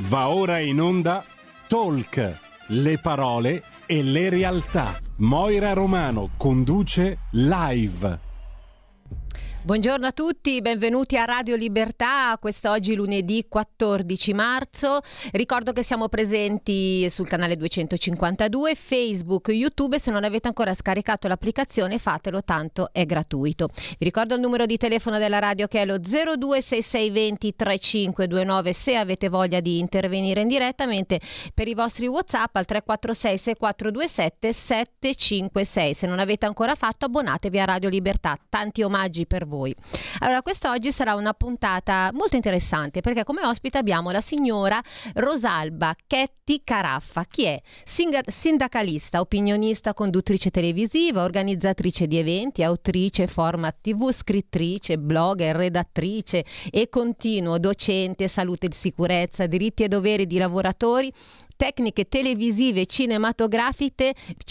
Va ora in onda Talk, le parole e le realtà. Moira Romano conduce Live. Buongiorno a tutti, benvenuti a Radio Libertà, quest'oggi lunedì 14 marzo. Ricordo che siamo presenti sul canale 252, Facebook, YouTube. Se non avete ancora scaricato l'applicazione fatelo, tanto è gratuito. Vi ricordo il numero di telefono della radio che è lo 026620 3529 se avete voglia di intervenire in diretta, mentre per i vostri WhatsApp al 346 6427 756. Se non avete ancora fatto, abbonatevi a Radio Libertà, tanti omaggi per voi. Allora, quest'oggi sarà una puntata molto interessante perché come ospite abbiamo la signora Rosalba Chetti Caraffa. Chi è? Sindacalista, opinionista, conduttrice televisiva, organizzatrice di eventi, autrice, format TV, scrittrice, blogger, redattrice e continuo docente, salute e sicurezza, diritti e doveri di lavoratori, tecniche televisive, cinematografiche,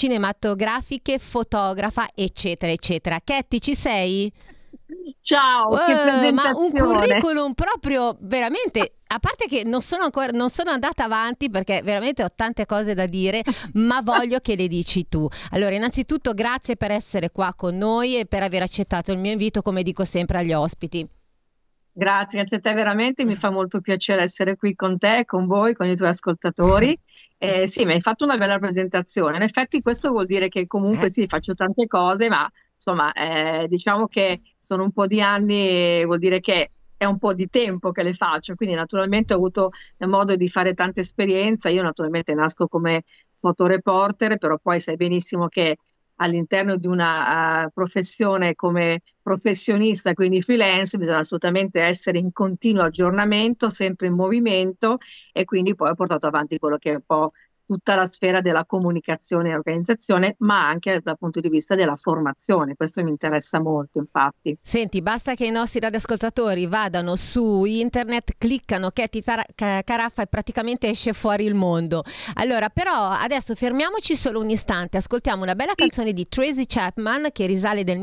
fotografa, eccetera, eccetera. Chetti, ci sei? Ciao, che presentazione. Ma un curriculum proprio veramente, a parte che non sono andata avanti perché veramente ho tante cose da dire, ma voglio che le dici tu. Allora, innanzitutto grazie per essere qua con noi e per aver accettato il mio invito, come dico sempre agli ospiti. Grazie a te, veramente mi fa molto piacere essere qui con te, con voi, con i tuoi ascoltatori. Sì, mi hai fatto una bella presentazione. In effetti questo vuol dire che comunque sì, faccio tante cose, ma insomma diciamo che sono un po' di anni e vuol dire che è un po' di tempo che le faccio, quindi naturalmente ho avuto modo di fare tanta esperienza. Io naturalmente nasco come fotoreporter, però poi sai benissimo che all'interno di una professione come professionista, quindi freelance, bisogna assolutamente essere in continuo aggiornamento, sempre in movimento, e quindi poi ho portato avanti quello che è un po' tutta la sfera della comunicazione e organizzazione, ma anche dal punto di vista della formazione. Questo mi interessa molto, infatti. Senti, basta che i nostri radioascoltatori vadano su internet, cliccano Chetti Caraffa e praticamente esce fuori il mondo. Allora, però adesso fermiamoci solo un istante, ascoltiamo una bella canzone di Tracy Chapman che risale del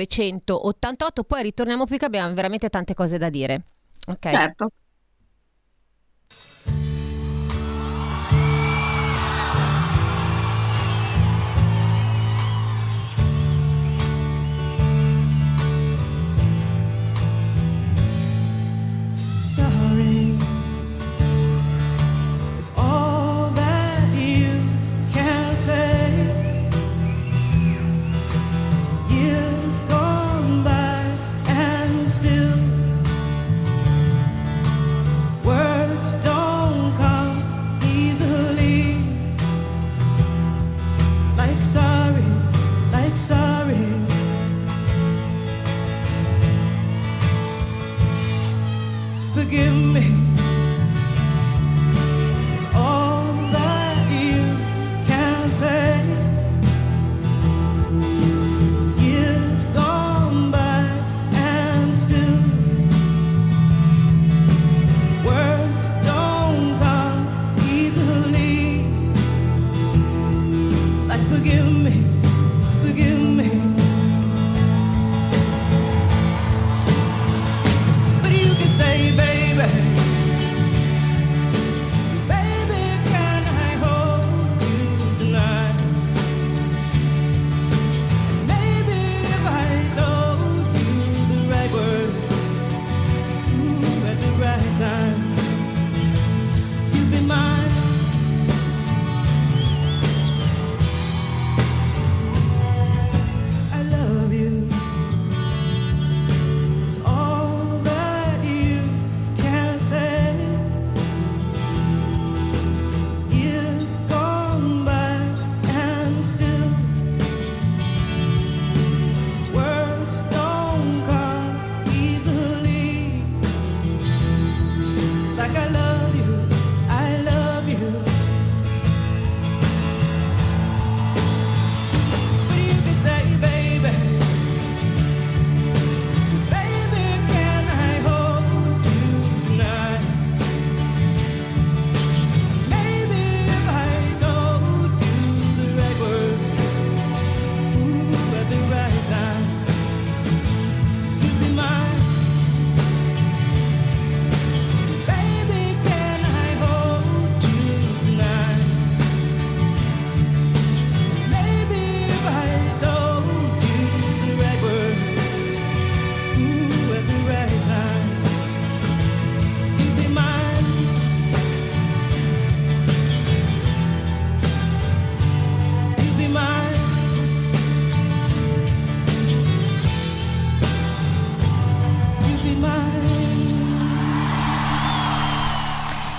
1988, poi ritorniamo qui che abbiamo veramente tante cose da dire. Ok? Certo.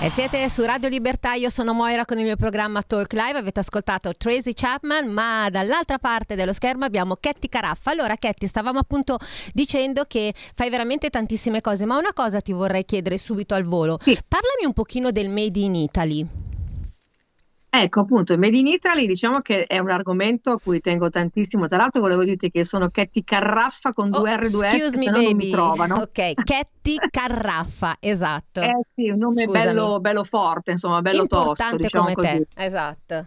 E siete su Radio Libertà, io sono Moira con il mio programma Talk Live, avete ascoltato Tracy Chapman, ma dall'altra parte dello schermo abbiamo Ketty Caraffa. Allora Ketty, stavamo appunto dicendo che fai veramente tantissime cose, ma una cosa ti vorrei chiedere subito al volo. Sì. Parlami un pochino del Made in Italy. Ecco, appunto, il Made in Italy diciamo che è un argomento a cui tengo tantissimo. Tra l'altro volevo dirti che sono Ketty Carraffa con due R, due F, excuse me se no non mi baby. trovano. Ok, Ketty Caraffa, esatto. Sì, un nome Scusami. bello forte, insomma, bello tosto, Importante diciamo come così. te, esatto.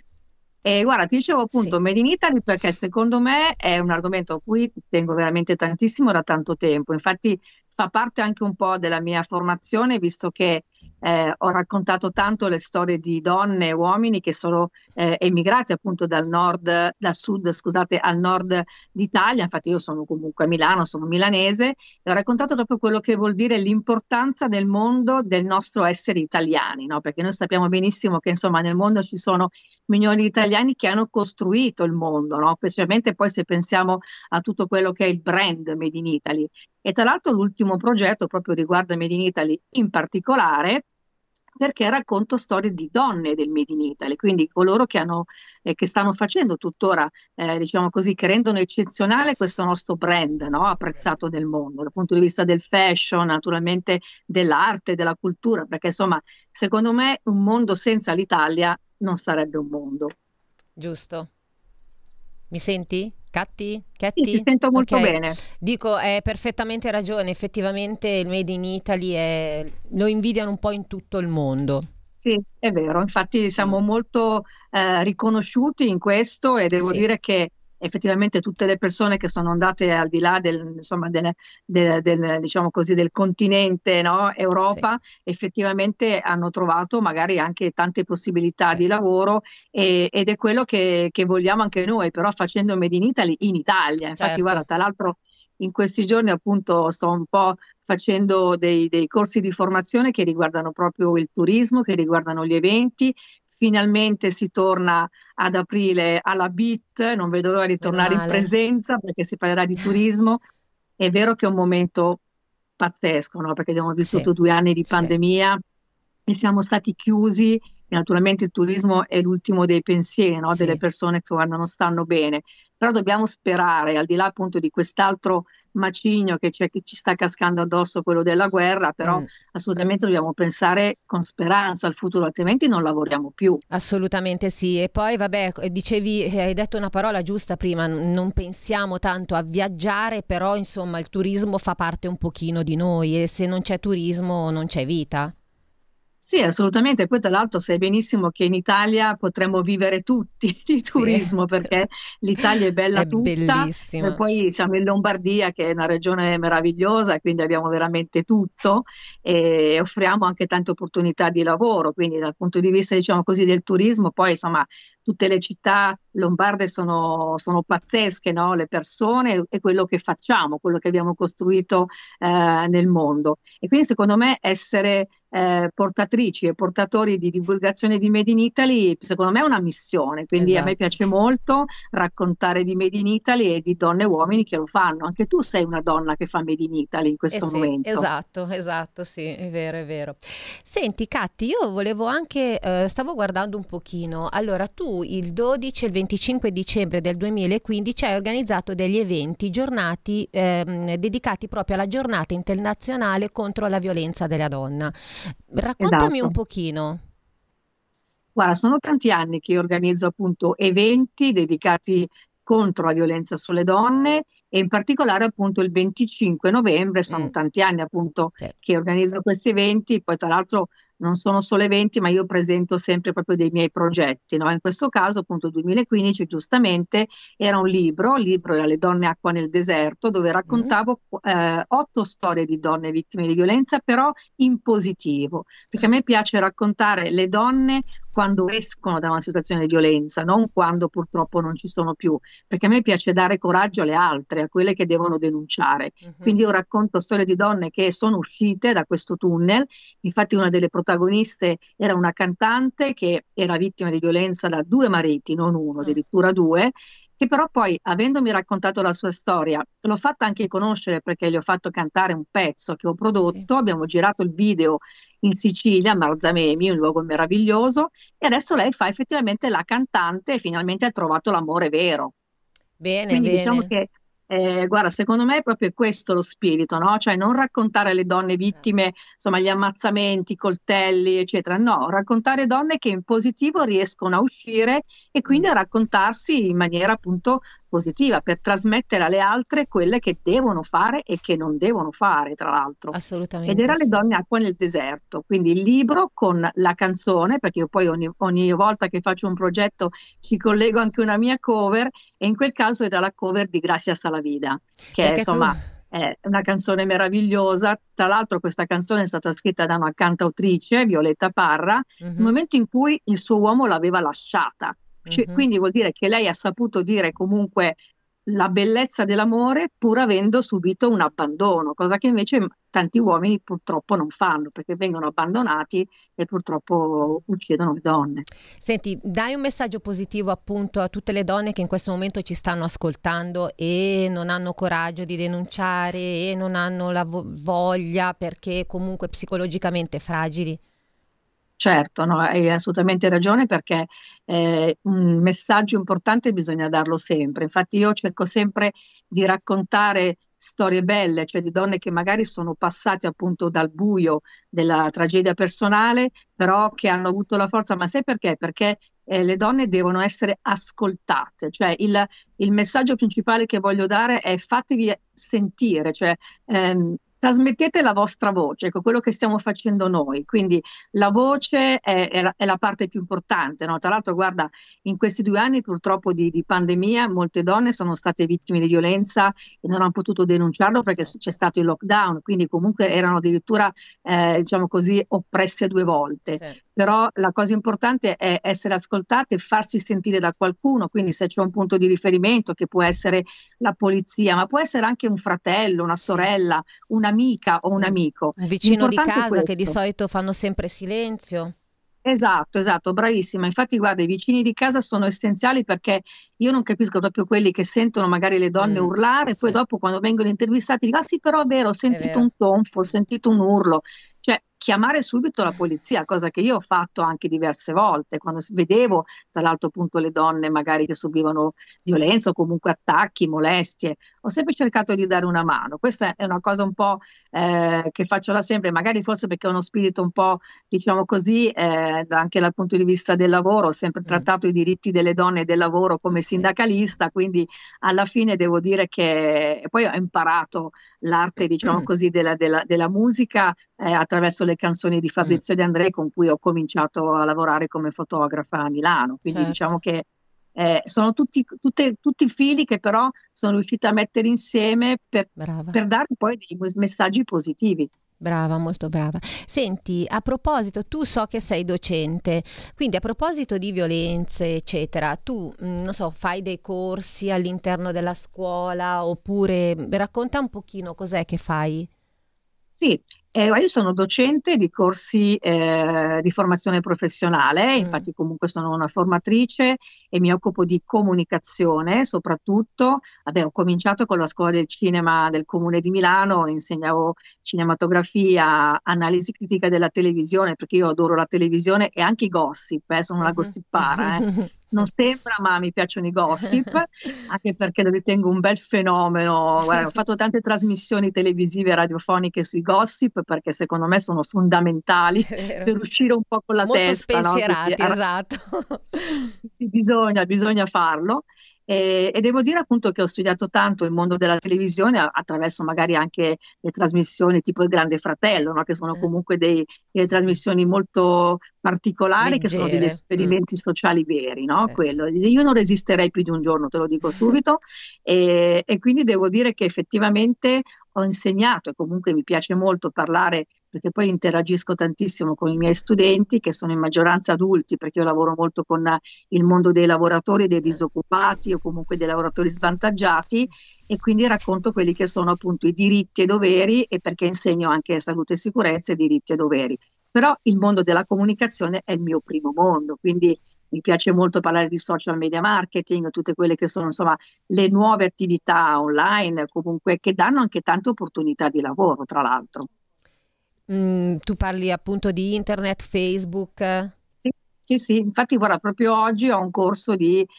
E guarda, ti dicevo Sì. appunto Made in Italy perché secondo me è un argomento a cui tengo veramente tantissimo da tanto tempo. Infatti fa parte anche un po' della mia formazione, visto che ho raccontato tanto le storie di donne e uomini che sono emigrati appunto dal sud, scusate, al nord d'Italia. Infatti io sono comunque a Milano, sono milanese, e ho raccontato proprio quello che vuol dire l'importanza del mondo del nostro essere italiani, no? Perché noi sappiamo benissimo che insomma nel mondo ci sono milioni di italiani che hanno costruito il mondo, no? Specialmente poi se pensiamo a tutto quello che è il brand Made in Italy. E tra l'altro l'ultimo progetto proprio riguarda Made in Italy in particolare, perché racconto storie di donne del Made in Italy, quindi coloro che stanno facendo tuttora, diciamo così, che rendono eccezionale questo nostro brand, no? Apprezzato nel mondo, dal punto di vista del fashion, naturalmente dell'arte, della cultura, perché insomma, secondo me un mondo senza l'Italia non sarebbe un mondo. Giusto. Mi senti? Catti? Sì, ti Chetti? sento molto Ok. bene. Dico, hai perfettamente ragione, effettivamente il Made in Italy lo invidiano un po' in tutto il mondo. Sì, è vero, infatti siamo Mm. molto riconosciuti in questo e devo Sì, dire che effettivamente tutte le persone che sono andate al di là insomma, diciamo così, del continente, no, sì, Europa, effettivamente hanno trovato magari anche tante possibilità sì, di lavoro ed è quello che vogliamo anche noi, però facendo Made in Italy in Italia. Infatti, guarda, certo. tra l'altro in questi giorni appunto sto un po' facendo dei corsi di formazione che riguardano proprio il turismo, che riguardano gli eventi. Finalmente si torna ad aprile alla BIT, non vedo l'ora di Meno tornare in male. presenza perché si parlerà di turismo. È vero che è un momento pazzesco, no? Perché abbiamo Sì, vissuto 2 anni di sì, pandemia e siamo stati chiusi e naturalmente il turismo è l'ultimo dei pensieri, no? Delle sì. persone che guarda, non stanno bene. Però dobbiamo sperare, al di là appunto di quest'altro macigno che ci sta cascando addosso, quello della guerra, però Mm. assolutamente dobbiamo pensare con speranza al futuro, altrimenti non lavoriamo più. Assolutamente sì. E poi, vabbè, hai detto una parola giusta prima, non pensiamo tanto a viaggiare, però insomma il turismo fa parte un pochino di noi e se non c'è turismo non c'è vita. Sì, assolutamente. Poi tra l'altro sai benissimo che in Italia potremmo vivere tutti di Sì, turismo perché l'Italia è bella è tutta. Noi bellissima. poi siamo in Lombardia, che è una regione meravigliosa, e quindi abbiamo veramente tutto e offriamo anche tante opportunità di lavoro. Quindi dal punto di vista, diciamo così, del turismo, poi insomma tutte le città lombarde sono pazzesche, no? Le persone e quello che facciamo, quello che abbiamo costruito nel mondo. E quindi secondo me essere portatrici e portatori di divulgazione di Made in Italy, secondo me è una missione, quindi a me Esatto. piace molto raccontare di Made in Italy e di donne e uomini che lo fanno. Anche tu sei una donna che fa Made in Italy in Eh questo sì, momento. esatto, sì, è vero, è vero. Senti, Catti, io volevo anche, stavo guardando un pochino, allora tu il 12 e il 25 dicembre del 2015 hai organizzato degli eventi, giornati dedicati proprio alla giornata internazionale contro la violenza della donna. Raccontami un Esatto. pochino. Guarda, sono tanti anni che io organizzo appunto eventi dedicati contro la violenza sulle donne e in particolare appunto il 25 novembre, sono Mm, tanti anni appunto sì. che organizzo questi eventi, poi tra l'altro non sono solo eventi, ma io presento sempre proprio dei miei progetti, no? In questo caso appunto 2015 giustamente era il libro era Le donne acqua nel deserto, dove Mm, raccontavo 8 storie di donne vittime di violenza, però in positivo, perché a me piace raccontare le donne quando escono da una situazione di violenza, non quando purtroppo non ci sono più, perché a me piace dare coraggio alle altre, a quelle che devono denunciare. mhm, Quindi io racconto storie di donne che sono uscite da questo tunnel, infatti una delle protagoniste era una cantante che era vittima di violenza da 2 mariti, non uno, ah, addirittura 2, che però poi, avendomi raccontato la sua storia, l'ho fatta anche conoscere perché gli ho fatto cantare un pezzo che ho Sì. prodotto, abbiamo girato il video in Sicilia, a Marzamemi, un luogo meraviglioso, e adesso lei fa effettivamente la cantante e finalmente ha trovato l'amore vero. Bene, Quindi diciamo bene. che, guarda, secondo me è proprio questo lo spirito, no? Cioè non raccontare le donne vittime, insomma, gli ammazzamenti, i coltelli, eccetera. No, raccontare donne che in positivo riescono a uscire e Mm, quindi a raccontarsi in maniera appunto positiva per trasmettere alle altre quelle che devono fare e che non devono fare, tra l'altro. Ed assolutamente era Le sì. donne acqua nel deserto, quindi il libro con la canzone, perché io poi ogni volta che faccio un progetto ci collego anche una mia cover, e in quel caso era la cover di Gracias a la Vida, che è, Perché tu... insomma è una canzone meravigliosa. Tra l'altro questa canzone è stata scritta da una cantautrice, Violetta Parra, nel Mhm, momento in cui il suo uomo l'aveva lasciata. mhm. Quindi vuol dire che lei ha saputo dire comunque la bellezza dell'amore pur avendo subito un abbandono, cosa che invece tanti uomini purtroppo non fanno, perché vengono abbandonati e purtroppo uccidono le donne. Senti, dai un messaggio positivo appunto a tutte le donne che in questo momento ci stanno ascoltando e non hanno coraggio di denunciare e non hanno la voglia perché comunque psicologicamente fragili. Certo, no, hai assolutamente ragione perché un messaggio importante bisogna darlo sempre. Infatti io cerco sempre di raccontare storie belle, cioè di donne che magari sono passate appunto dal buio della tragedia personale, però che hanno avuto la forza. Ma sai perché? Perché le donne devono essere ascoltate, cioè il messaggio principale che voglio dare è fatevi sentire, cioè trasmettete la vostra voce, ecco quello che stiamo facendo noi. Quindi la voce è la parte più importante, no? Tra l'altro, guarda, in questi 2 anni purtroppo di pandemia molte donne sono state vittime di violenza e non hanno potuto denunciarlo perché c'è stato il lockdown, quindi comunque erano addirittura, diciamo così, oppresse 2 volte. Sì. Però la cosa importante è essere ascoltate e farsi sentire da qualcuno, quindi se c'è un punto di riferimento che può essere la polizia, ma può essere anche un fratello, una Sì. sorella, un'amica o un Un, amico. un vicino di L'importante è casa che di questo. solito fanno sempre silenzio. Esatto, esatto, bravissima. Infatti, guarda, i vicini di casa sono essenziali perché io non capisco proprio quelli che sentono magari le donne Mm, urlare e poi sì, dopo quando vengono intervistati dicono: ah sì, però è vero, ho è sentito vero. un tonfo, ho sentito un urlo. Cioè, chiamare subito la polizia, cosa che io ho fatto anche diverse volte, quando vedevo, tra l'altro, appunto le donne magari che subivano violenza o comunque attacchi, molestie. Ho sempre cercato di dare una mano. Questa è una cosa un po' che faccio da sempre, magari forse perché ho uno spirito un po', diciamo così, anche dal punto di vista del lavoro, ho sempre Mm, trattato i diritti delle donne e del lavoro come sì. sindacalista, quindi alla fine devo dire che e poi ho imparato l'arte, diciamo così, della musica attraverso le canzoni di Mm, Fabrizio De André con cui ho cominciato a lavorare come fotografa a Milano. Quindi diciamo certo, che sono tutti fili che però sono riuscita a mettere insieme brava. per dare poi dei messaggi positivi. Brava, molto brava. Senti, a proposito, tu so che sei docente, quindi a proposito di violenze, eccetera, tu, non so, fai dei corsi all'interno della scuola oppure racconta un pochino cos'è che fai? Sì, io sono docente di corsi di formazione professionale, Mm, infatti comunque sono una formatrice e mi occupo di comunicazione soprattutto. Vabbè, ho cominciato con la scuola del cinema del Comune di Milano, insegnavo cinematografia, analisi critica della televisione, perché io adoro la televisione e anche i gossip, sono una mhm. gossipara. Non sembra, ma mi piacciono i gossip, anche perché lo ritengo un bel fenomeno. Guarda, ho fatto tante trasmissioni televisive e radiofoniche sui gossip perché secondo me sono fondamentali È vero. per uscire un po' con la Molto testa, no? Quindi, spensierati, esatto. sì, bisogna farlo. E devo dire appunto che ho studiato tanto il mondo della televisione attraverso magari anche le trasmissioni tipo Il Grande Fratello, no? Che sono comunque delle trasmissioni molto particolari, che sono degli Leggere. Mm, esperimenti sociali veri, no? sì. Quello. Io non resisterei più di un giorno, te lo dico subito, e quindi devo dire che effettivamente ho insegnato e comunque mi piace molto parlare perché poi interagisco tantissimo con i miei studenti che sono in maggioranza adulti, perché io lavoro molto con il mondo dei lavoratori, dei disoccupati o comunque dei lavoratori svantaggiati, e quindi racconto quelli che sono appunto i diritti e doveri, e perché insegno anche salute e sicurezza e diritti e doveri. Però il mondo della comunicazione è il mio primo mondo, quindi mi piace molto parlare di social media marketing, tutte quelle che sono insomma le nuove attività online, comunque che danno anche tante opportunità di lavoro, tra l'altro. Tu parli appunto di internet, Facebook. Sì, sì, sì, infatti guarda, proprio oggi ho un corso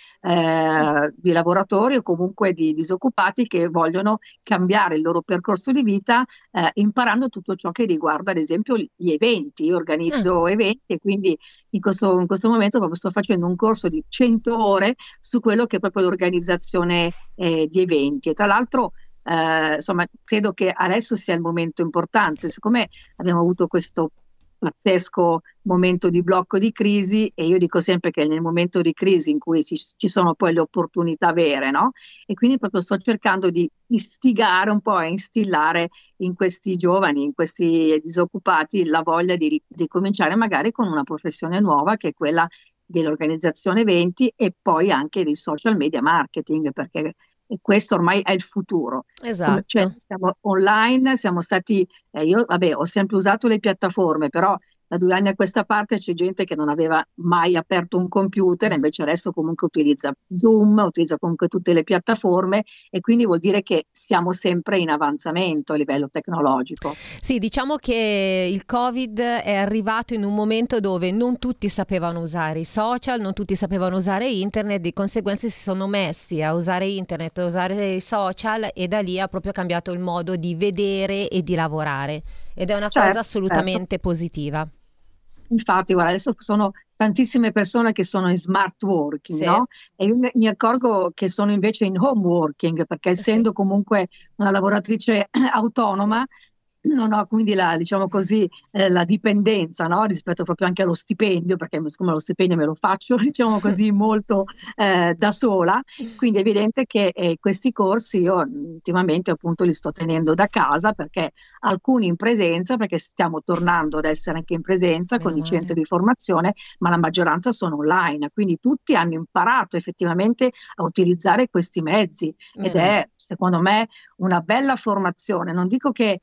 di lavoratori o comunque di disoccupati che vogliono cambiare il loro percorso di vita imparando tutto ciò che riguarda ad esempio gli eventi. Io Ah, organizzo eventi e quindi in questo momento proprio sto facendo un corso di 100 ore su quello che è proprio l'organizzazione di eventi. E tra l'altro insomma, credo che adesso sia il momento importante, siccome abbiamo avuto questo pazzesco momento di blocco di crisi e io dico sempre che nel momento di crisi in cui ci sono poi le opportunità vere, no? E quindi proprio sto cercando di istigare un po' e instillare in questi giovani, in questi disoccupati la voglia di cominciare magari con una professione nuova che è quella dell'organizzazione eventi e poi anche di social media marketing, perché questo ormai è il futuro. Cioè, esatto. siamo online, siamo stati, io vabbè, ho sempre usato le piattaforme, però da 2 anni a questa parte c'è gente che non aveva mai aperto un computer, invece adesso comunque utilizza Zoom, utilizza comunque tutte le piattaforme e quindi vuol dire che siamo sempre in avanzamento a livello tecnologico. Sì, diciamo che il Covid è arrivato in un momento dove non tutti sapevano usare i social, non tutti sapevano usare internet, di conseguenza si sono messi a usare internet, a usare i social e da lì ha proprio cambiato il modo di vedere e di lavorare ed è una cosa Certo, certo. assolutamente positiva. Infatti, guarda, adesso sono tantissime persone che sono in smart working, Sì, no? E io mi accorgo che sono invece in home working, perché sì, essendo comunque una lavoratrice sì. autonoma, non ho quindi diciamo così, la dipendenza, no? Rispetto proprio anche allo stipendio, perché siccome lo stipendio me lo faccio, diciamo così, molto da sola, quindi è evidente che questi corsi io ultimamente appunto li sto tenendo da casa perché alcuni in presenza, perché stiamo tornando ad essere anche in presenza con Meno i centri male. di formazione, ma la maggioranza sono online, quindi tutti hanno imparato effettivamente a utilizzare questi mezzi ed Meno male. è secondo me una bella formazione. Non dico che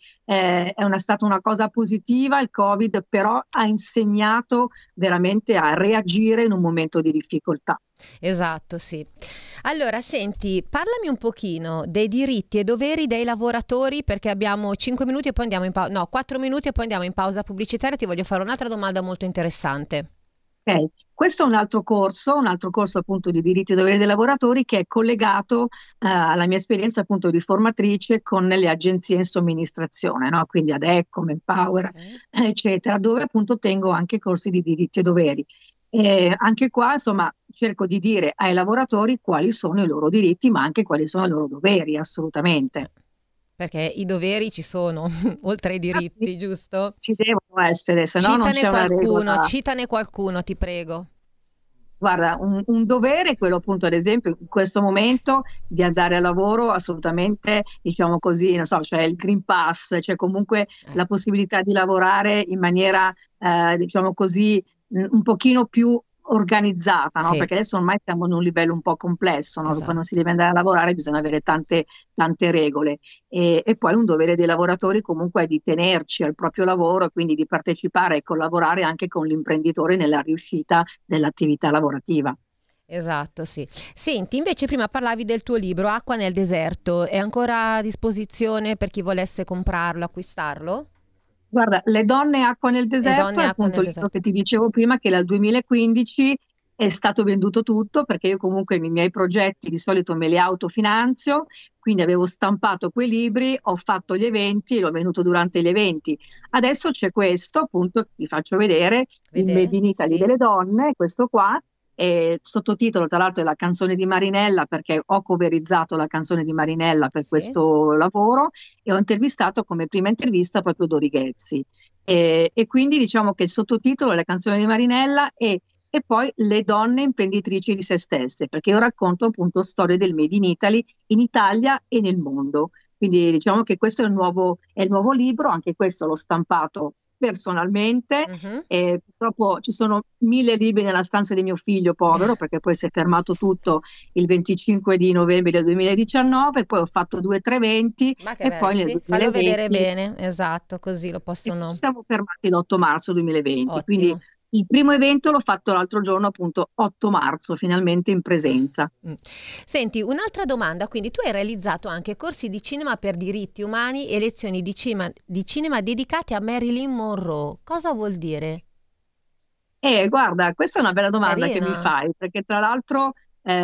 stata una cosa positiva il Covid, però ha insegnato veramente a reagire in un momento di difficoltà. Esatto, sì. Allora, senti, parlami un pochino dei diritti e doveri dei lavoratori perché abbiamo 5 minuti e poi andiamo in pausa, no, 4 minuti e poi andiamo in pausa pubblicitaria. Ti voglio fare un'altra domanda molto interessante. Ok, questo è un altro corso appunto di diritti e doveri dei lavoratori che è collegato alla mia esperienza appunto di formatrice con le agenzie in somministrazione, no? Quindi Adecco, Empower, Ok. eccetera, dove appunto tengo anche corsi di diritti e doveri. E anche qua, insomma, cerco di dire ai lavoratori quali sono i loro diritti, ma anche quali sono i loro doveri, assolutamente. Perché i doveri ci sono, oltre ai Ah sì, diritti, giusto? ci devono essere, se no non c'è una regola. Citane qualcuno, ti prego. Guarda, un dovere è quello appunto, ad esempio, in questo momento di andare a lavoro assolutamente, diciamo così, non so, cioè il Green Pass, cioè comunque Eh, la possibilità di lavorare in maniera, diciamo così, un pochino più organizzata, no? sì, Perché adesso ormai siamo in un livello un po' complesso, no? Quando si esatto. deve andare a lavorare bisogna avere tante, tante regole. E poi un dovere dei lavoratori comunque è di tenerci al proprio lavoro e quindi di partecipare e collaborare anche con l'imprenditore nella riuscita dell'attività lavorativa. Esatto, sì. Senti, invece prima parlavi del tuo libro Acqua nel deserto, è ancora a disposizione per chi volesse comprarlo, acquistarlo? Guarda, Le donne e acqua nel Le deserto donne è acqua appunto nel il libro deserto. che ti dicevo prima che dal 2015 è stato venduto tutto perché io comunque i miei progetti di solito me li autofinanzio, quindi avevo stampato quei libri, ho fatto gli eventi e l'ho venuto durante gli eventi. Adesso c'è questo, appunto, ti faccio vedere, il Made Vedere? in Italy Sì, delle donne, questo qua, sottotitolo tra l'altro è la canzone di Marinella perché ho coverizzato la canzone di Marinella per sì. questo lavoro e ho intervistato come prima intervista proprio Dori Ghezzi. E quindi diciamo che il sottotitolo è la canzone di Marinella e poi le donne imprenditrici di se stesse, perché io racconto appunto storie del Made in Italy in Italia e nel mondo. Quindi diciamo che questo è il nuovo libro, anche questo l'ho stampato personalmente. Mhm. E purtroppo ci sono 1000 libri nella stanza di mio figlio, povero, perché poi si è fermato tutto il 25 di novembre del 2019, poi ho fatto 2 o 3 eventi Ma che e bello, poi nel sì. Fallo vedere 2020 bene, esatto, così lo e poi ci possono... siamo fermati l'8 marzo 2020, quindi Ottimo. Il primo evento l'ho fatto l'altro giorno, appunto 8 marzo, finalmente in presenza. Senti, un'altra domanda, quindi tu hai realizzato anche corsi di cinema per diritti umani e lezioni di cinema dedicate a Marilyn Monroe. Cosa vuol dire? Guarda, questa è una bella domanda che mi Carina. fai, perché tra l'altro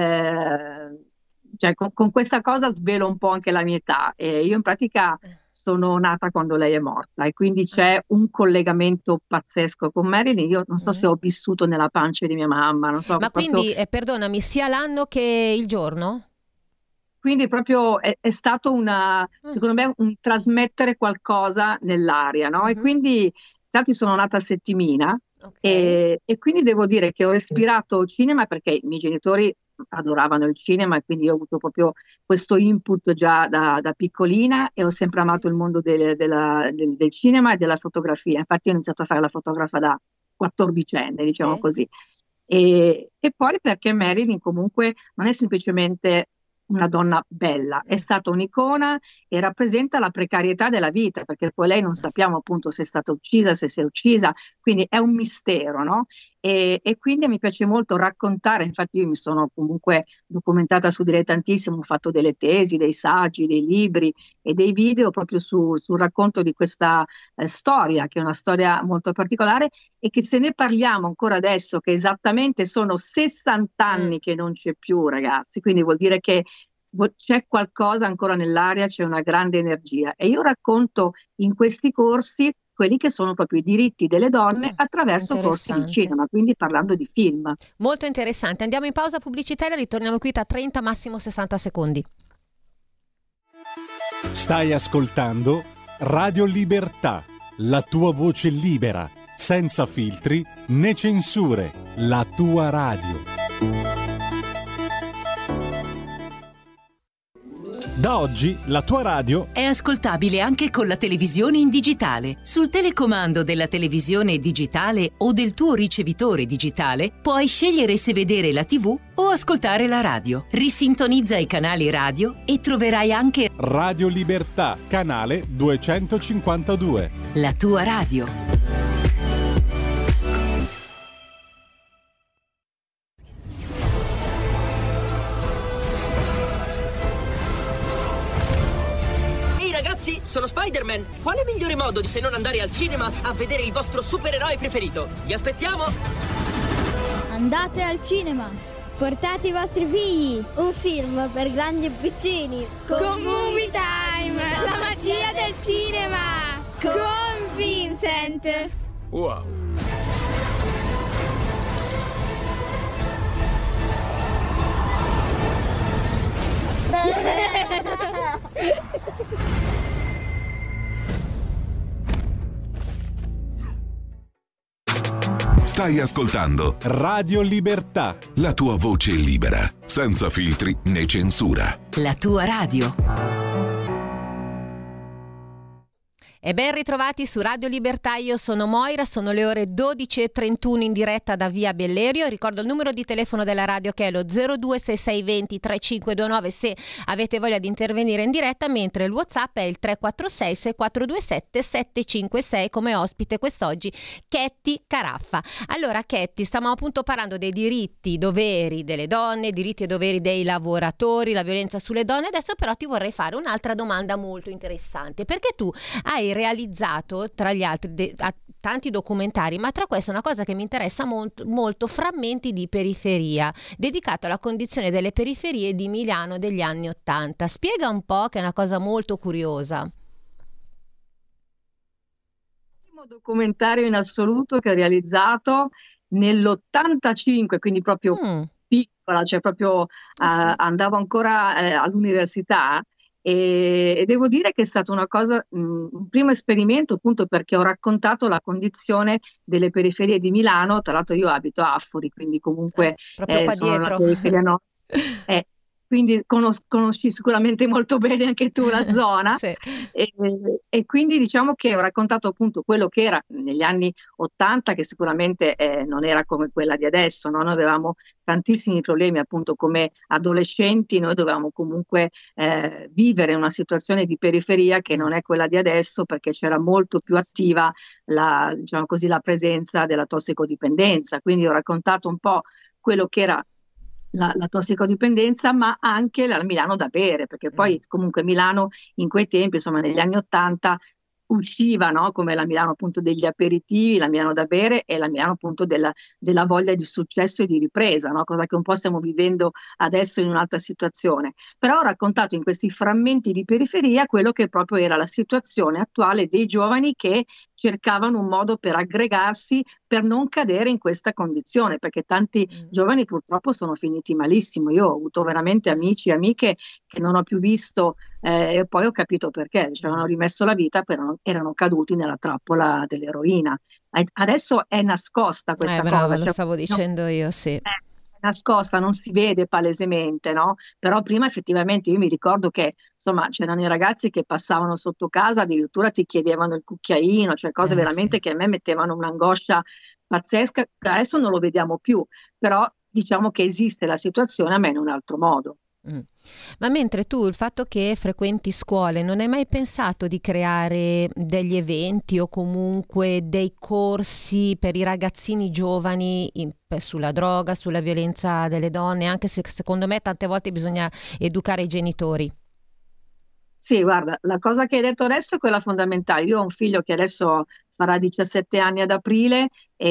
cioè, con questa cosa svelo un po' anche la mia età. Io in pratica sono nata quando lei è morta e quindi c'è un collegamento pazzesco con Marilyn. Io non so se ho vissuto nella pancia di mia mamma, non so, Ma proprio, quindi, perdonami, sia l'anno che il giorno? quindi proprio è stato secondo me, un trasmettere qualcosa nell'aria, no? E quindi, infatti sono nata a Settimina. Ok. E quindi devo dire che ho respirato cinema perché i miei genitori adoravano il cinema e quindi ho avuto proprio questo input già da piccolina e ho sempre amato il mondo del cinema e della fotografia. Infatti ho iniziato a fare la fotografa da 14enne, diciamo così. E poi perché Marilyn comunque non è semplicemente una donna bella, è stata un'icona e rappresenta la precarietà della vita, perché poi lei non sappiamo appunto se è stata uccisa, se si è uccisa, quindi è un mistero, no? E quindi mi piace molto raccontare, infatti io mi sono comunque documentata su di lei tantissimo, ho fatto delle tesi, dei saggi, dei libri e dei video proprio sul racconto di questa storia, che è una storia molto particolare e che se ne parliamo ancora adesso, che esattamente sono 60 anni che non c'è più, ragazzi, quindi vuol dire che c'è qualcosa ancora nell'aria, c'è una grande energia. E io racconto in questi corsi quelli che sono proprio i diritti delle donne attraverso corsi di cinema, quindi parlando di film. Molto interessante. Andiamo in pausa pubblicitaria, ritorniamo qui tra 30, massimo 60 secondi. Stai ascoltando Radio Libertà, la tua voce libera, senza filtri né censure, la tua radio. Da oggi la tua radio è ascoltabile anche con la televisione in digitale. Sul telecomando della televisione digitale o del tuo ricevitore digitale puoi scegliere se vedere la TV o ascoltare la radio. Risintonizza i canali radio e troverai anche Radio Libertà, canale 252. La tua radio. Sono Spider-Man! Quale migliore modo di se non andare al cinema a vedere il vostro supereroe preferito? Vi aspettiamo! Andate al cinema! Portate i vostri figli! Un film per grandi e piccini! Con Movie Time! La magia del cinema! Con Vincent! Wow! Stai ascoltando Radio Libertà, la tua voce libera, senza filtri né censura. La tua radio. E ben ritrovati su Radio Libertà, io sono Moira, sono le ore 12:31 in diretta da Via Bellerio. Ricordo il numero di telefono della radio che è lo 026620 3529 se avete voglia di intervenire in diretta, mentre il WhatsApp è il 346 6427 756. Come ospite quest'oggi Ketty Caraffa. Allora Ketty, stavamo appunto parlando dei diritti, doveri delle donne, diritti e doveri dei lavoratori, la violenza sulle donne. Adesso però ti vorrei fare un'altra domanda molto interessante, perché tu hai realizzato tra gli altri tanti documentari, ma tra questi una cosa che mi interessa molto, Frammenti di periferia, dedicato alla condizione delle periferie di Milano degli anni '80. Spiega un po', che è una cosa molto curiosa. Il primo documentario in assoluto che ho realizzato nell'85, quindi proprio piccola, cioè proprio andavo ancora all'università. E devo dire che è stata una cosa, un primo esperimento, appunto perché ho raccontato la condizione delle periferie di Milano. Tra l'altro io abito a Affori, quindi comunque proprio qua sono dietro. nella periferia, no? quindi conosci sicuramente molto bene anche tu la zona. Sì. E quindi diciamo che ho raccontato appunto quello che era negli anni 80, che sicuramente non era come quella di adesso, no? Noi avevamo tantissimi problemi appunto come adolescenti, noi dovevamo comunque vivere una situazione di periferia che non è quella di adesso, perché c'era molto più attiva diciamo così, la presenza della tossicodipendenza. Quindi ho raccontato un po' quello che era la tossicodipendenza, ma anche la Milano da bere, perché poi comunque Milano in quei tempi, insomma negli anni 80, usciva, no? Come la Milano appunto degli aperitivi, la Milano da bere e la Milano appunto della voglia di successo e di ripresa, no? Cosa che un po' stiamo vivendo adesso in un'altra situazione. Però ho raccontato in questi frammenti di periferia quello che proprio era la situazione attuale dei giovani che cercavano un modo per aggregarsi, per non cadere in questa condizione, perché tanti giovani purtroppo sono finiti malissimo. Io ho avuto veramente amici e amiche che non ho più visto, e poi ho capito perché, cioè hanno rimesso la vita, però erano caduti nella trappola dell'eroina. Adesso è nascosta questa brava, cosa. lo stavo dicendo io, sì. Nascosta, non si vede palesemente, no? Però prima effettivamente io mi ricordo che insomma c'erano i ragazzi che passavano sotto casa, addirittura ti chiedevano il cucchiaino, cioè cose veramente sì, che a me mettevano un'angoscia pazzesca. Adesso non lo vediamo più, però diciamo che esiste la situazione, a me in un altro modo. Ma mentre tu, il fatto che frequenti scuole, non hai mai pensato di creare degli eventi o comunque dei corsi per i ragazzini giovani sulla droga, sulla violenza delle donne, anche se secondo me tante volte bisogna educare i genitori? Sì, guarda, la cosa che hai detto adesso è quella fondamentale. Io ho un figlio che adesso farà 17 anni ad aprile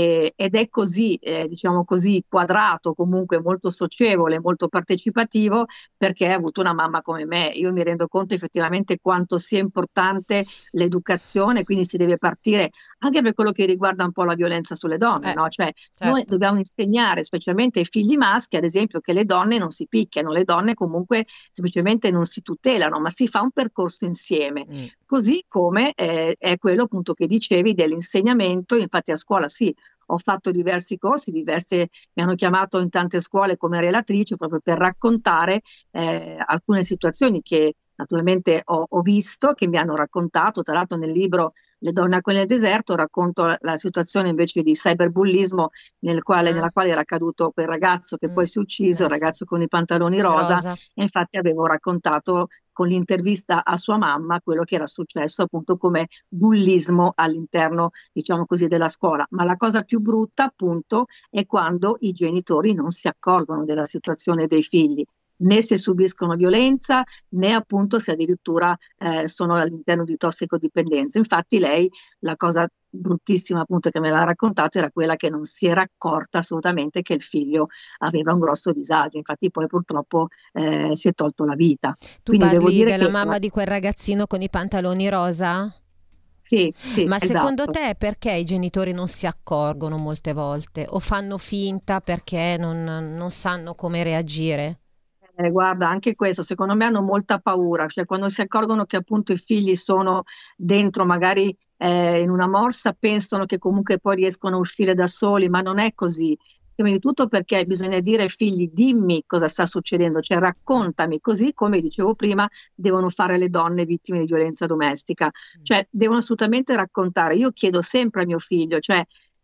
ed è così, diciamo così, quadrato, comunque molto socievole, molto partecipativo, perché ha avuto una mamma come me. Io mi rendo conto effettivamente quanto sia importante l'educazione, quindi si deve partire anche per quello che riguarda un po' la violenza sulle donne, no? Cioè noi dobbiamo insegnare, specialmente ai figli maschi, ad esempio, che le donne non si picchiano, le donne comunque semplicemente non si tutelano, ma si fa un percorso insieme. Così come è quello appunto che dicevi dell'insegnamento. Infatti a scuola sì, ho fatto diversi corsi, mi hanno chiamato in tante scuole come relatrice proprio per raccontare alcune situazioni che naturalmente ho visto, che mi hanno raccontato. Tra l'altro nel libro Le donne a quel deserto racconto la situazione invece di cyberbullismo nella quale era caduto quel ragazzo che poi si è ucciso, il ragazzo con i pantaloni rosa. E infatti avevo raccontato con l'intervista a sua mamma quello che era successo appunto come bullismo all'interno, diciamo così, della scuola. Ma la cosa più brutta appunto è quando i genitori non si accorgono della situazione dei figli, né se subiscono violenza, né appunto se addirittura sono all'interno di tossicodipendenza. Infatti lei, la cosa bruttissima appunto che me l'ha raccontato era quella che non si era accorta assolutamente che il figlio aveva un grosso disagio. Infatti poi purtroppo si è tolto la vita. Tu Quindi devo parli dire della che mamma di quel ragazzino con i pantaloni rosa? Sì, Ma secondo esatto. te perché i genitori non si accorgono molte volte o fanno finta perché non sanno come reagire? Guarda, anche questo, secondo me hanno molta paura, cioè quando si accorgono che appunto i figli sono dentro magari in una morsa, pensano che comunque poi riescono a uscire da soli, ma non è così. Prima di tutto perché bisogna dire ai figli: dimmi cosa sta succedendo, cioè raccontami, così come dicevo prima devono fare le donne vittime di violenza domestica, cioè devono assolutamente raccontare. Io chiedo sempre a mio figlio, cioè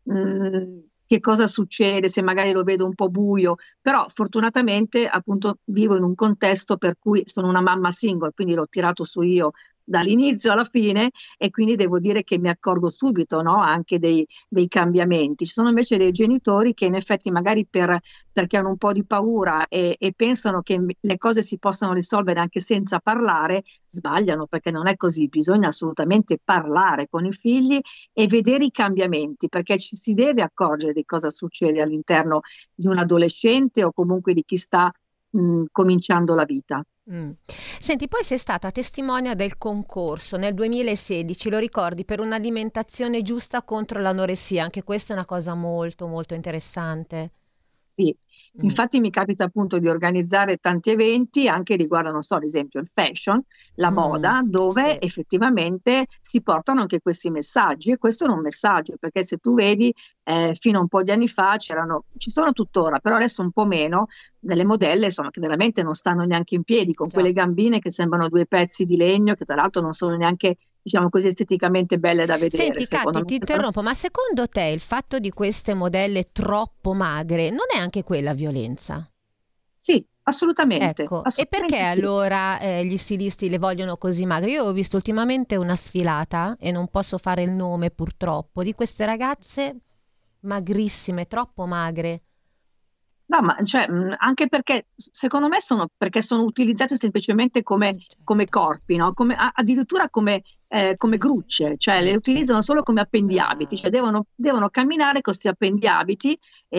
che cosa succede se magari lo vedo un po' buio, però fortunatamente appunto vivo in un contesto per cui sono una mamma single, quindi l'ho tirato su io dall'inizio alla fine, e quindi devo dire che mi accorgo subito, no, anche dei cambiamenti. Ci sono invece dei genitori che in effetti magari perché hanno un po' di paura e pensano che le cose si possano risolvere anche senza parlare, sbagliano, perché non è così. Bisogna assolutamente parlare con i figli e vedere i cambiamenti, perché ci si deve accorgere di cosa succede all'interno di un adolescente o comunque di chi sta cominciando la vita. Senti, poi sei stata testimonia del concorso nel 2016, lo ricordi, per un'alimentazione giusta contro l'anoressia. Anche questa è una cosa molto molto interessante. Sì, infatti mi capita appunto di organizzare tanti eventi anche riguardo, non so, ad esempio il fashion, la moda, dove effettivamente si portano anche questi messaggi, e questo è un messaggio, perché se tu vedi fino a un po' di anni fa ci sono tuttora, però adesso un po' meno, delle modelle insomma, che veramente non stanno neanche in piedi, con quelle gambine che sembrano due pezzi di legno, che tra l'altro non sono neanche, diciamo così, esteticamente belle da vedere. Senti Catti, ti interrompo, ma secondo te il fatto di queste modelle troppo magre non è anche quella violenza? Sì, assolutamente. Ecco, e Assolutamente perché sì. allora gli stilisti le vogliono così magre? Io ho visto ultimamente una sfilata, e non posso fare il nome purtroppo, di queste ragazze magrissime, troppo magre. No, ma cioè, anche perché secondo me perché sono utilizzate semplicemente come corpi, no? Addirittura come grucce, cioè le utilizzano solo come appendiabiti, cioè devono camminare con questi appendiabiti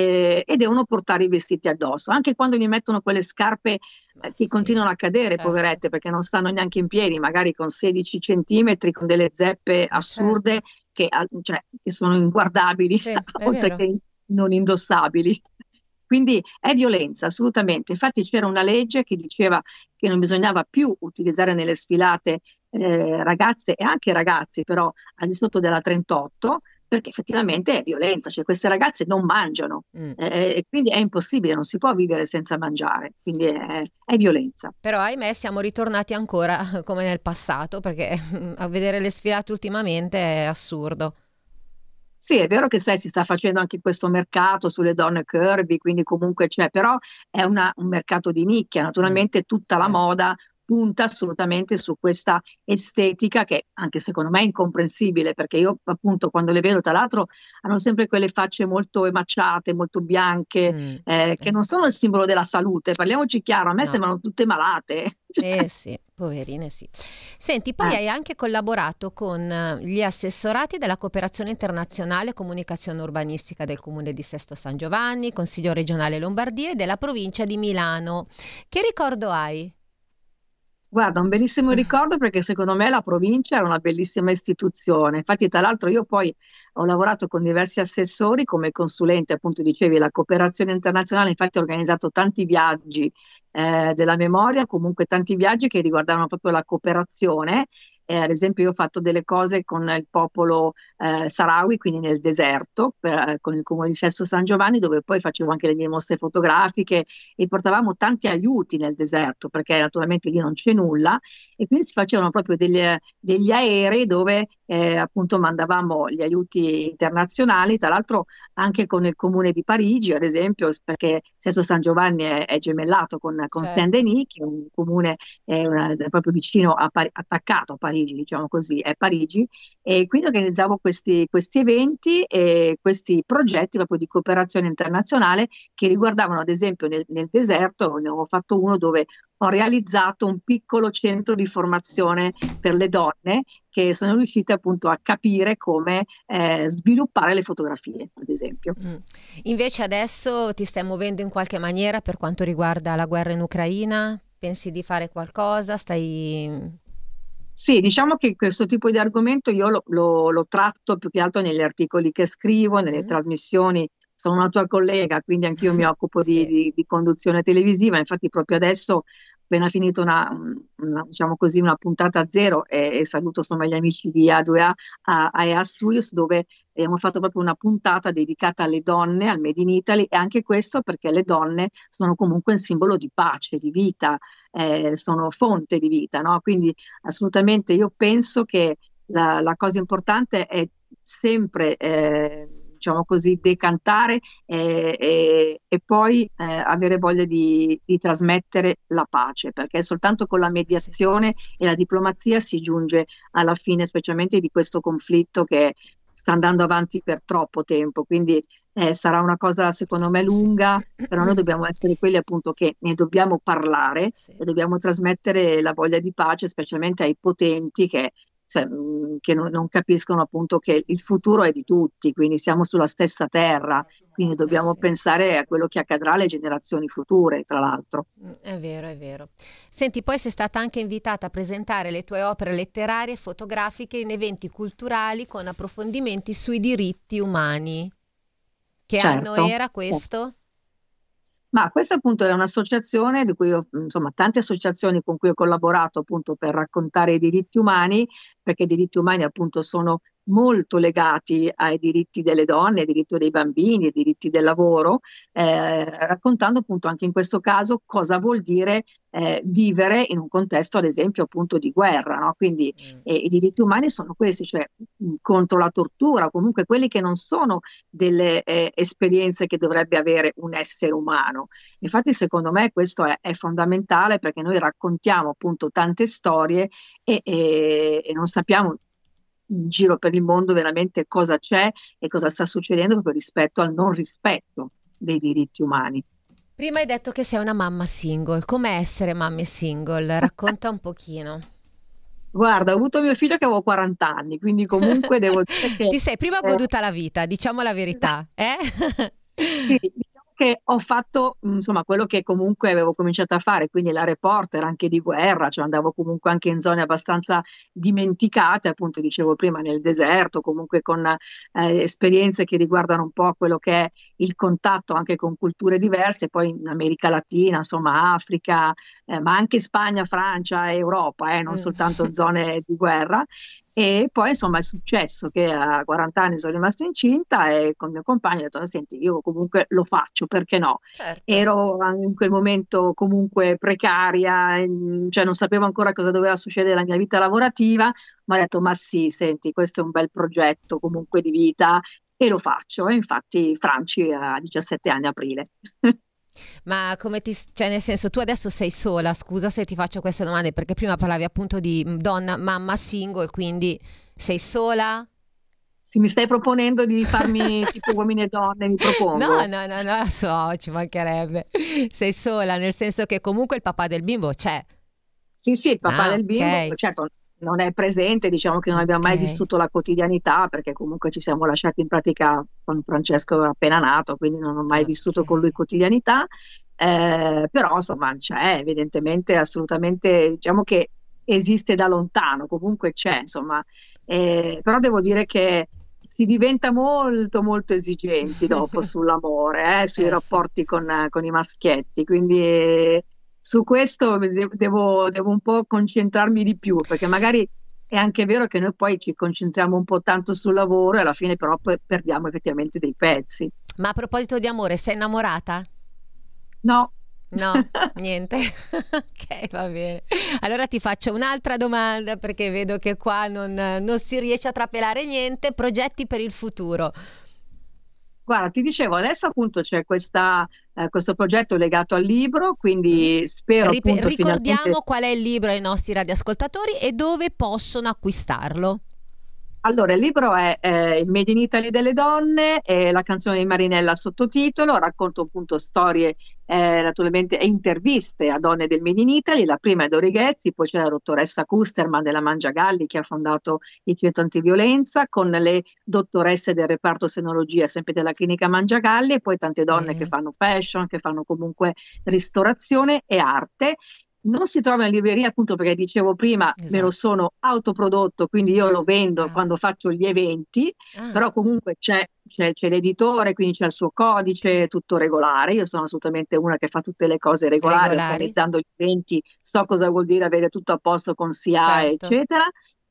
e devono portare i vestiti addosso, anche quando gli mettono quelle scarpe che continuano a cadere, poverette, perché non stanno neanche in piedi, magari con 16 centimetri, con delle zeppe assurde che sono inguardabili, oltre che non indossabili. Quindi è violenza, assolutamente. Infatti c'era una legge che diceva che non bisognava più utilizzare nelle sfilate ragazze e anche ragazzi, però al di sotto della 38, perché effettivamente è violenza, cioè queste ragazze non mangiano e quindi è impossibile, non si può vivere senza mangiare, quindi è violenza. Però ahimè siamo ritornati ancora come nel passato, perché a vedere le sfilate ultimamente è assurdo. Sì, è vero che si sta facendo anche questo mercato sulle donne curvy, quindi comunque c'è, però è un mercato di nicchia, naturalmente tutta la moda punta assolutamente su questa estetica che anche secondo me è incomprensibile, perché io appunto quando le vedo, tra l'altro hanno sempre quelle facce molto emacciate, molto bianche, che non sono il simbolo della salute, parliamoci chiaro, a me sembrano tutte malate. Sì, poverine sì. Senti, poi hai anche collaborato con gli assessorati della cooperazione internazionale comunicazione urbanistica del Comune di Sesto San Giovanni, Consiglio regionale Lombardia e della provincia di Milano. Che ricordo hai? Guarda, un bellissimo ricordo, perché secondo me la provincia era una bellissima istituzione. Infatti, tra l'altro, io poi ho lavorato con diversi assessori come consulente, appunto dicevi, la cooperazione internazionale. Infatti ho organizzato tanti viaggi della memoria, comunque tanti viaggi che riguardavano proprio la cooperazione. Ad esempio io ho fatto delle cose con il popolo Sahrawi, quindi nel deserto, con il Comune di Sesto San Giovanni, dove poi facevo anche le mie mostre fotografiche e portavamo tanti aiuti nel deserto, perché naturalmente lì non c'è nulla, e quindi si facevano proprio degli aerei dove appunto mandavamo gli aiuti internazionali, tra l'altro anche con il Comune di Parigi, ad esempio, perché Sesto San Giovanni è gemellato con Saint-Denis, che è un comune proprio vicino attaccato a Parigi, diciamo così, è Parigi, e quindi organizzavo questi eventi e questi progetti proprio di cooperazione internazionale che riguardavano, ad esempio, nel deserto. Ne ho fatto uno dove ho realizzato un piccolo centro di formazione per le donne che sono riuscite appunto a capire come sviluppare le fotografie, ad esempio. Invece adesso ti stai muovendo in qualche maniera per quanto riguarda la guerra in Ucraina? Pensi di fare qualcosa? Sì, diciamo che questo tipo di argomento io lo tratto più che altro negli articoli che scrivo, nelle trasmissioni. Sono una tua collega, quindi anch'io mi occupo di conduzione televisiva. Infatti proprio adesso ho appena finito diciamo così, una puntata zero e saluto insomma gli amici di A2A a EA Studios, dove abbiamo fatto proprio una puntata dedicata alle donne, al Made in Italy, e anche questo perché le donne sono comunque un simbolo di pace, di vita, sono fonte di vita, no? Quindi assolutamente io penso che la cosa importante è sempre diciamo così, decantare e poi avere voglia di trasmettere la pace, perché soltanto con la mediazione e la diplomazia si giunge alla fine, specialmente di questo conflitto che sta andando avanti per troppo tempo, quindi sarà una cosa secondo me lunga, però noi dobbiamo essere quelli appunto che ne dobbiamo parlare e dobbiamo trasmettere la voglia di pace, specialmente ai potenti che non capiscono appunto che il futuro è di tutti, quindi siamo sulla stessa terra, quindi dobbiamo pensare a quello che accadrà alle generazioni future, tra l'altro. È vero, è vero. Senti, poi sei stata anche invitata a presentare le tue opere letterarie e fotografiche in eventi culturali con approfondimenti sui diritti umani. Che anno era questo? Ma questa appunto è un'associazione di cui tante associazioni con cui ho collaborato appunto per raccontare i diritti umani, perché i diritti umani appunto sono molto legati ai diritti delle donne, ai diritti dei bambini, ai diritti del lavoro, raccontando appunto anche in questo caso cosa vuol dire vivere in un contesto, ad esempio, appunto di guerra, no? Quindi i diritti umani sono questi, cioè contro la tortura, comunque quelli che non sono delle esperienze che dovrebbe avere un essere umano. Infatti, secondo me, questo è fondamentale, perché noi raccontiamo appunto tante storie e non sappiamo in giro per il mondo veramente cosa c'è e cosa sta succedendo proprio rispetto al non rispetto dei diritti umani. Prima hai detto che sei una mamma single. Com'è essere mamme single? Racconta un pochino. Guarda, ho avuto mio figlio che avevo 40 anni, quindi comunque devo dire che... Ti sei prima goduta la vita, diciamo la verità, eh? Sì, diciamo che ho fatto insomma quello che comunque avevo cominciato a fare, quindi la reporter anche di guerra, cioè andavo comunque anche in zone abbastanza dimenticate, appunto dicevo prima nel deserto, comunque con esperienze che riguardano un po' quello che è il contatto anche con culture diverse, poi in America Latina, insomma Africa, ma anche Spagna, Francia, Europa, non soltanto zone di guerra. E poi insomma è successo che a 40 anni sono rimasta incinta e con mio compagno ho detto: senti, io comunque lo faccio, perché no? Certo. Ero in quel momento comunque precaria, cioè non sapevo ancora cosa doveva succedere nella mia vita lavorativa, ma ho detto: ma sì, senti, questo è un bel progetto comunque di vita e lo faccio. E infatti Franci ha 17 anni a aprile. Ma come cioè nel senso, tu adesso sei sola, scusa se ti faccio queste domande, perché prima parlavi appunto di donna, mamma single, quindi sei sola? Se mi stai proponendo di farmi tipo uomini e donne, mi propongo. No, so, ci mancherebbe. Sei sola, nel senso che comunque il papà del bimbo c'è. Sì, il papà del bimbo, okay. certo non è presente, diciamo che non abbiamo mai vissuto la quotidianità, perché comunque ci siamo lasciati in pratica con Francesco appena nato, quindi non ho mai vissuto con lui quotidianità, però insomma c'è evidentemente, assolutamente, diciamo che esiste da lontano, comunque c'è, insomma, però devo dire che si diventa molto molto esigenti dopo sull'amore, sui rapporti con i maschietti, quindi su questo devo un po' concentrarmi di più, perché magari è anche vero che noi poi ci concentriamo un po' tanto sul lavoro e alla fine però poi perdiamo effettivamente dei pezzi. Ma a proposito di amore, sei innamorata? No. No, niente. Ok, va bene. Allora ti faccio un'altra domanda, perché vedo che qua non si riesce a trapelare niente. Progetti per il futuro? Guarda, ti dicevo, adesso appunto c'è questo progetto legato al libro, quindi spero appunto ricordiamo finalmente... qual è il libro ai nostri radioascoltatori e dove possono acquistarlo. Allora, il libro è il Made in Italy delle donne, la canzone di Marinella sottotitolo, racconto appunto storie naturalmente e interviste a donne del Made in Italy. La prima è Dori Ghezzi, poi c'è la dottoressa Kusterman della Mangiagalli che ha fondato il centro antiviolenza, con le dottoresse del reparto senologia sempre della clinica Mangiagalli, e poi tante donne che fanno fashion, che fanno comunque ristorazione e arte. Non si trova in libreria appunto perché dicevo prima, me lo sono autoprodotto, quindi io lo vendo quando faccio gli eventi, però comunque c'è l'editore, quindi c'è il suo codice, tutto regolare. Io sono assolutamente una che fa tutte le cose regolari. Organizzando gli eventi so cosa vuol dire avere tutto a posto con SIA, eccetera,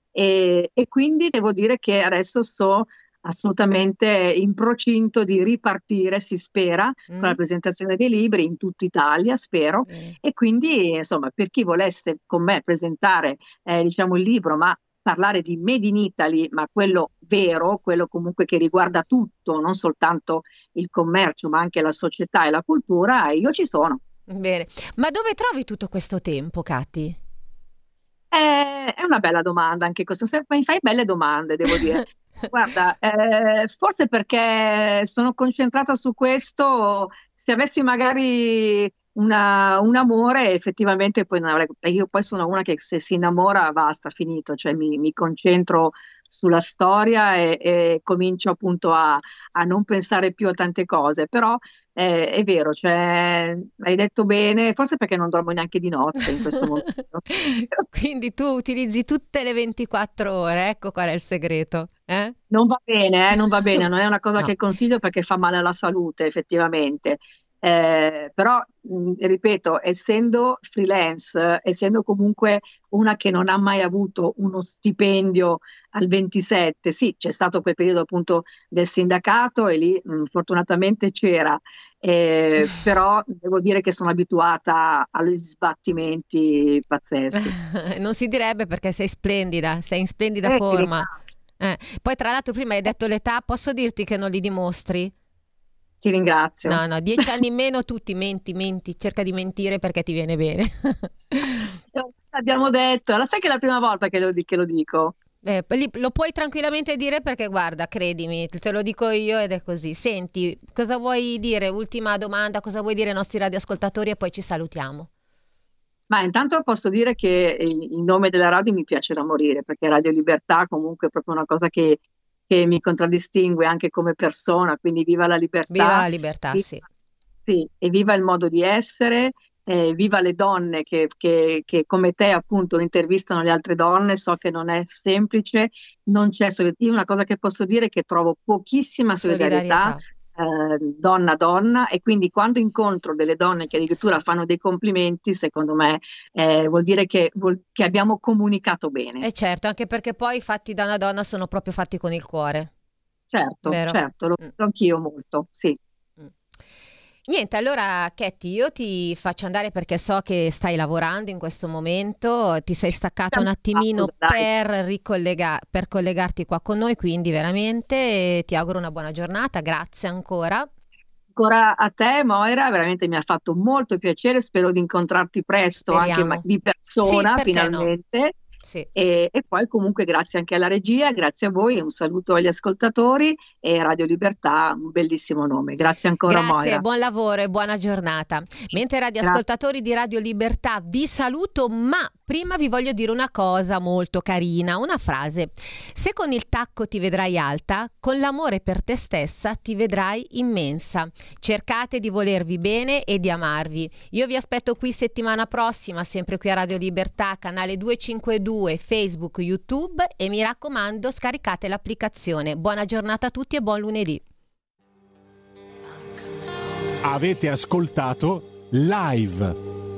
e quindi devo dire che adesso sto assolutamente in procinto di ripartire, si spera, con la presentazione dei libri in tutta Italia, spero, e quindi insomma per chi volesse con me presentare diciamo il libro, ma parlare di Made in Italy, ma quello vero, quello comunque che riguarda tutto, non soltanto il commercio, ma anche la società e la cultura, io ci sono. Bene, ma dove trovi tutto questo tempo, Cati? È una bella domanda anche questa, mi fai belle domande, devo dire. Guarda, forse perché sono concentrata su questo. Se avessi magari un amore, effettivamente poi non avrei, io poi sono una che se si innamora basta, finito, cioè mi concentro sulla storia e comincio appunto a non pensare più a tante cose, però è vero, cioè, hai detto bene, forse perché non dormo neanche di notte in questo momento. Quindi tu utilizzi tutte le 24 ore, ecco qual è il segreto. Non va bene, non va bene, non è una cosa che consiglio perché fa male alla salute effettivamente. Però ripeto, essendo freelance, essendo comunque una che non ha mai avuto uno stipendio al 27, sì, c'è stato quel periodo appunto del sindacato e lì fortunatamente c'era, però devo dire che sono abituata agli sbattimenti pazzeschi. Non si direbbe, perché sei splendida, sei in splendida forma. Poi tra l'altro prima hai detto l'età, posso dirti che non li dimostri? Ti ringrazio. No, 10 anni in meno, tu ti menti, cerca di mentire perché ti viene bene. Abbiamo detto, la sai che è la prima volta che lo dico? Lo puoi tranquillamente dire, perché guarda, credimi, te lo dico io ed è così. Senti, cosa vuoi dire? Ultima domanda, cosa vuoi dire ai nostri radioascoltatori e poi ci salutiamo? Ma intanto posso dire che il nome della radio mi piace da morire, perché Radio Libertà comunque è proprio una cosa che mi contraddistingue anche come persona, quindi viva la libertà. Viva la libertà, sì. Sì, e viva il modo di essere, viva le donne che come te appunto intervistano le altre donne. So che non è semplice, non c'è io una cosa che posso dire è che trovo pochissima solidarietà. Donna a donna, e quindi quando incontro delle donne che addirittura fanno dei complimenti, secondo me vuol dire che abbiamo comunicato bene. E certo, anche perché poi fatti da una donna sono proprio fatti con il cuore. Certo, vero? Certo, lo vedo anch'io molto, sì. Niente, allora Katie, io ti faccio andare perché so che stai lavorando in questo momento, ti sei staccata un attimino per collegarti qua con noi, quindi veramente ti auguro una buona giornata, grazie ancora. Ancora a te, Moira, veramente mi ha fatto molto piacere, spero di incontrarti presto. Speriamo. Anche di persona, sì, finalmente. No? Sì. E poi comunque grazie anche alla regia, grazie a voi, un saluto agli ascoltatori, e Radio Libertà, un bellissimo nome. Grazie ancora, Moira. Grazie, buon lavoro e buona giornata. Mentre radioascoltatori di Radio Libertà vi saluto, ma prima vi voglio dire una cosa molto carina, una frase. Se con il tacco ti vedrai alta, con l'amore per te stessa ti vedrai immensa. Cercate di volervi bene e di amarvi. Io vi aspetto qui settimana prossima, sempre qui a Radio Libertà, canale 252, Facebook, YouTube, e mi raccomando, scaricate l'applicazione. Buona giornata a tutti e buon lunedì. Avete ascoltato Live.